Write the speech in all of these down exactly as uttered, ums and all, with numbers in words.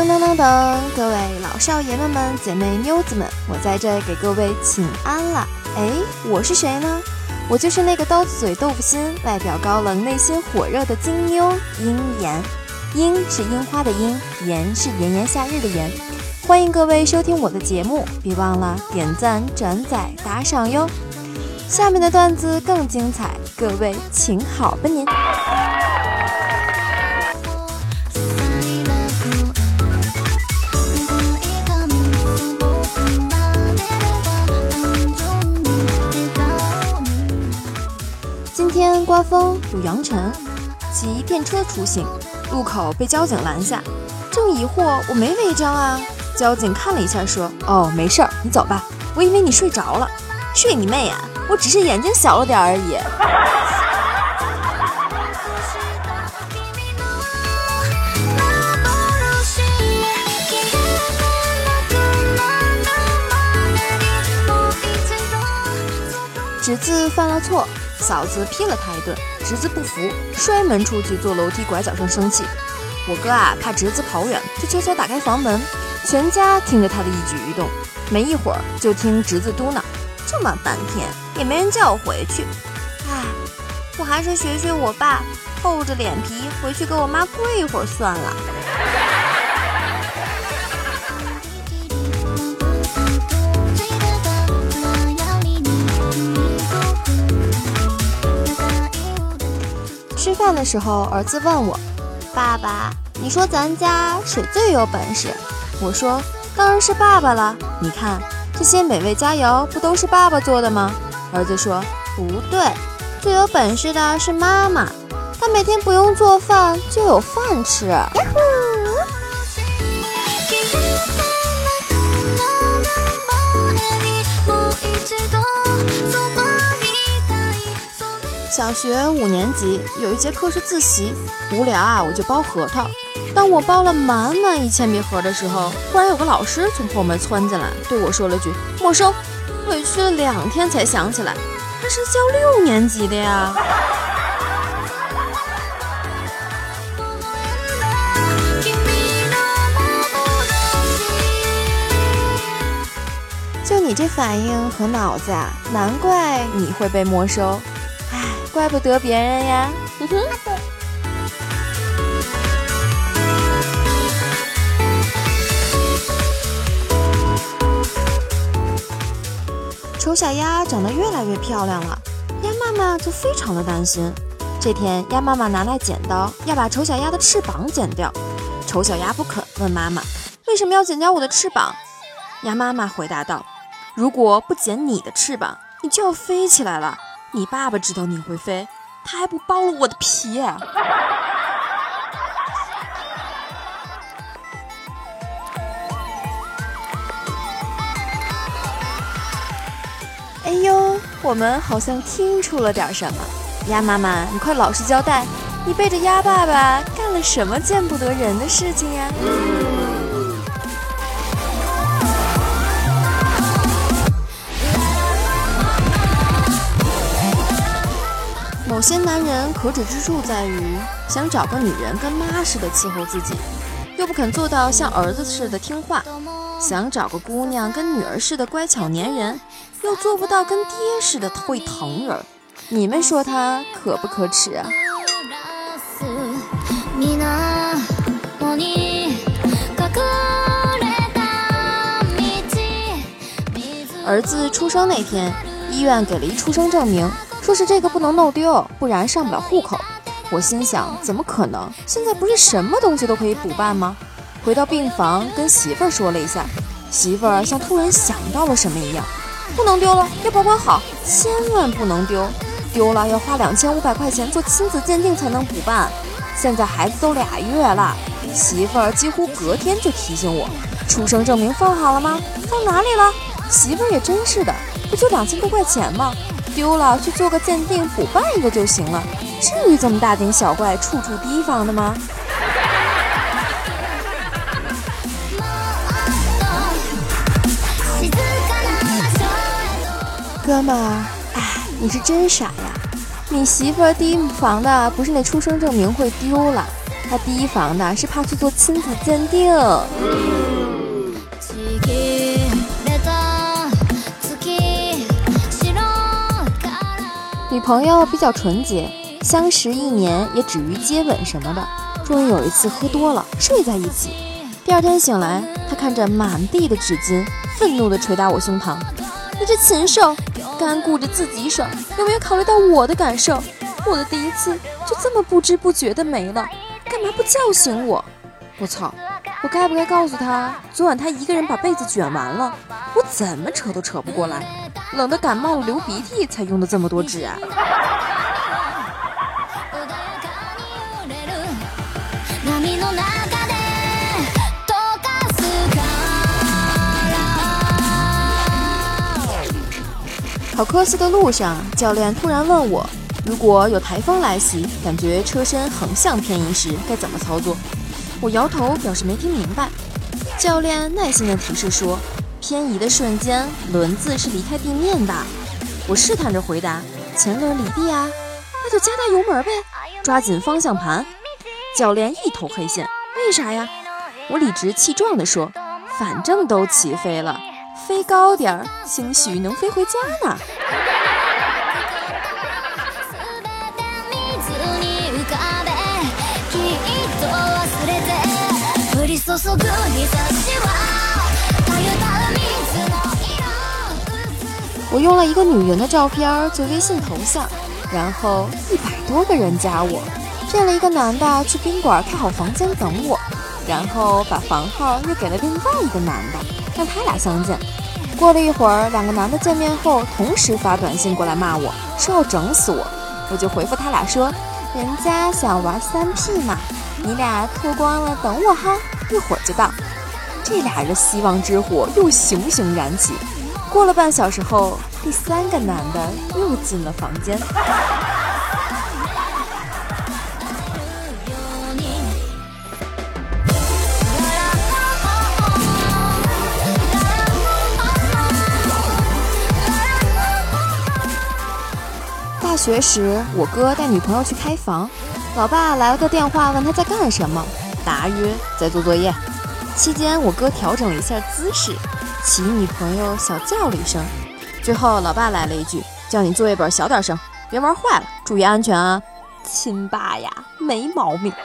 噔噔噔噔，各位老少爷们们、姐妹妞子们，我在这给各位请安了。哎，我是谁呢？我就是那个刀子嘴豆腐心、外表高冷、内心火热的金妞樱妍。樱是樱花的樱，炎是炎炎夏日的炎。欢迎各位收听我的节目，别忘了点赞、转载、打赏哟。下面的段子更精彩，各位请好吧您。今天刮风有扬尘，骑电车出行，路口被交警拦下，正疑惑我没违章啊。交警看了一下说，哦，没事儿，你走吧，我以为你睡着了。睡你妹啊，我只是眼睛小了点而已。侄子犯了错，嫂子批了他一顿，侄子不服，摔门出去，坐楼梯拐角上生气。我哥啊，怕侄子跑远，就悄悄打开房门，全家听着他的一举一动。没一会儿，就听侄子嘟囔，这么半天也没人叫我回去，唉，我还是学学我爸，厚着脸皮回去跟我妈跪一会儿算了。吃饭的时候，儿子问我，爸爸，你说咱家谁最有本事？我说当然是爸爸了，你看这些美味佳肴不都是爸爸做的吗？儿子说不对，最有本事的是妈妈，她每天不用做饭就有饭吃。小学五年级有一节课是自习，无聊啊，我就包核桃。当我包了满满一铅笔盒的时候，忽然有个老师从后门窜进来，对我说了句没收。委屈了两天才想起来，他是教六年级的呀。就你这反应和脑子啊，难怪你会被没收。唉，怪不得别人呀。哼哼。丑小鸭长得越来越漂亮了，鸭妈妈就非常的担心。这天，鸭妈妈拿来剪刀，要把丑小鸭的翅膀剪掉。丑小鸭不肯，问妈妈为什么要剪掉我的翅膀？鸭妈妈回答道，如果不剪你的翅膀，你就要飞起来了。你爸爸知道你会飞，他还不剥了我的皮啊。哎呦，我们好像听出了点什么。鸭妈妈，你快老实交代，你背着鸭爸爸干了什么见不得人的事情呀？某些男人可耻之处在于，想找个女人跟妈似的伺候自己，又不肯做到像儿子似的听话；想找个姑娘跟女儿似的乖巧粘人，又做不到跟爹似的会疼人。你们说他可不可耻啊？儿子出生那天，医院给了一出生证明，说是这个不能弄丢，不然上不了户口。我心想，怎么可能？现在不是什么东西都可以补办吗？回到病房跟媳妇儿说了一下，媳妇儿像突然想到了什么一样，不能丢了，要保管好，千万不能丢，丢了要花两千五百块钱做亲子鉴定才能补办。现在孩子都俩月了，媳妇儿几乎隔天就提醒我，出生证明放好了吗？放哪里了？媳妇儿也真是的，不就两千多块钱吗？丢了去做个鉴定补办一个就行了，至于这么大惊小怪处处提防的吗？哥们儿，哎，你是真傻呀！你媳妇儿第一房的不是那出生证明会丢了， 他提防的是怕去做亲子鉴定。女朋友比较纯洁，相识一年也止于接吻什么的。终于有一次喝多了，睡在一起。第二天醒来，她看着满地的纸巾，愤怒地捶打我胸膛：“你这禽兽，干顾着自己爽，有没有考虑到我的感受？我的第一次就这么不知不觉的没了，干嘛不叫醒我？我操！我该不该告诉他，昨晚他一个人把被子卷完了？我怎么扯都扯不过来，冷得感冒了流鼻涕才用的这么多纸啊！”考科斯的路上，教练突然问我，如果有台风来袭，感觉车身横向偏移时该怎么操作？我摇头表示没听明白。教练耐心地提示说，偏移的瞬间，轮子是离开地面的。我试探着回答，前轮离地啊，那就加大油门呗，抓紧方向盘。教练一头黑线，为啥呀？我理直气壮地说，反正都起飞了，飞高点儿，兴许能飞回家呢。我用了一个女人的照片做微信头像，然后一百多个人加我，骗了一个男的去宾馆开好房间等我，然后把房号又给了另外一个男的，让他俩相见。过了一会儿，两个男的见面后同时发短信过来骂我，说要整死我。我就回复他俩说，人家想玩三 P 嘛，你俩脱光了等我哈，一会儿就到。这俩人的希望之火又熊熊燃起。过了半小时后，第三个男的又进了房间。大学时，我哥带女朋友去开房，老爸来了个电话问他在干什么，答曰在做作业。期间我哥调整了一下姿势，起女朋友小叫了一声，最后老爸来了一句，叫你作业本小点声，别玩坏了，注意安全啊。亲爸呀，没毛病。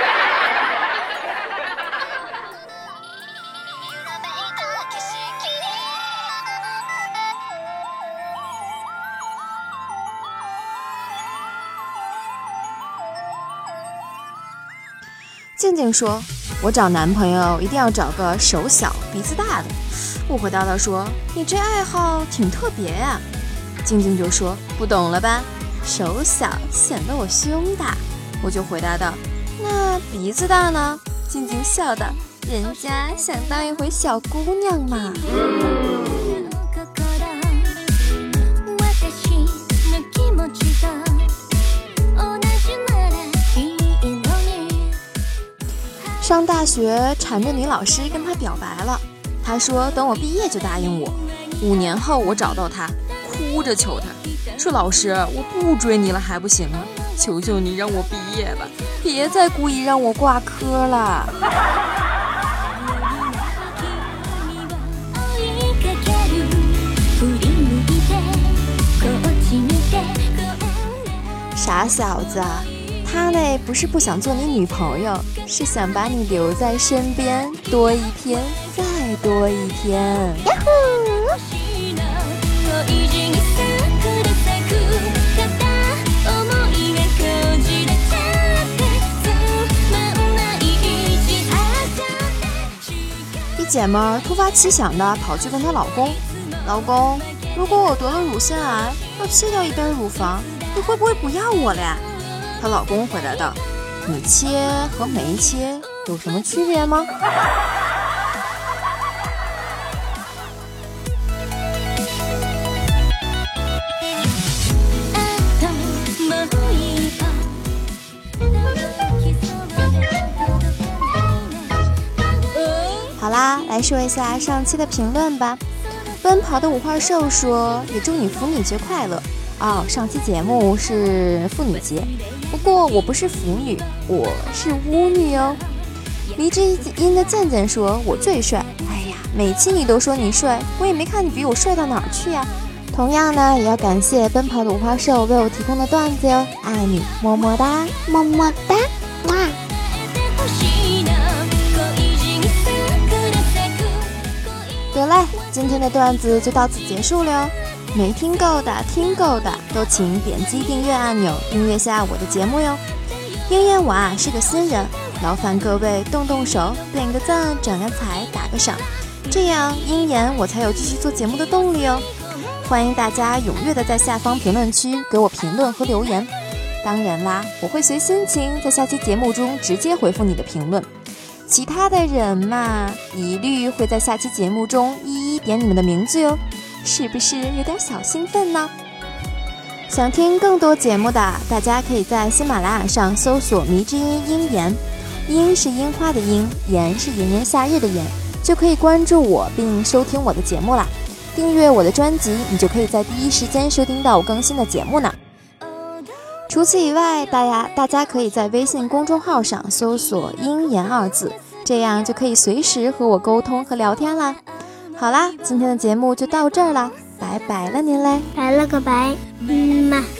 静静说，我找男朋友一定要找个手小鼻子大的。我回答道说，你这爱好挺特别呀。静静就说，不懂了吧，手小显得我胸大。我就回答道，那鼻子大呢？静静笑道，人家想当一回小姑娘嘛。上大学缠着女老师跟她表白了，她说等我毕业就答应我。五年后我找到她，哭着求她说，老师，我不追你了还不行吗？求求你让我毕业吧，别再故意让我挂科了。傻小子，他那不是不想做你女朋友，是想把你留在身边，多一天再多一天。呀呼！一姐们儿突发奇想的跑去问她老公，老公，如果我得了乳腺癌，要切掉一边乳房，你会不会不要我了呀？她老公回答道，你切和没切有什么区别吗？好啦，来说一下上期的评论吧。奔跑的五花兽说，也祝你腐女节快乐。 哦，上期节目是妇女节，不过我不是腐女，我是巫女哦。迷之音的渐渐说我最帅，哎呀，每期你都说你帅，我也没看你比我帅到哪儿去呀。同样呢，也要感谢奔跑的五花兽为我提供的段子哟，爱你，么么哒， 么么哒，哇！ 得嘞，今天的段子就到此结束了哟。没听够的、听够的，都请点击订阅按钮，订阅下我的节目哟。鹰眼我啊是个新人，劳烦各位动动手，点个赞、转个彩、打个赏，这样鹰眼我才有继续做节目的动力哦。欢迎大家踊跃的在下方评论区给我评论和留言，当然啦，我会随心情在下期节目中直接回复你的评论。其他的人嘛，一律会在下期节目中一一点你们的名字哟，是不是有点小兴奋呢？想听更多节目的，大家可以在喜马拉雅上搜索迷之音鹰言，樱是樱花的樱，炎是炎炎夏日的炎，就可以关注我并收听我的节目啦。订阅我的专辑，你就可以在第一时间收听到我更新的节目呢。除此以外，大家大家可以在微信公众号上搜索鹰言二字，这样就可以随时和我沟通和聊天啦。好啦，今天的节目就到这儿啦，拜拜了您嘞， 拜了个拜，嗯嘛。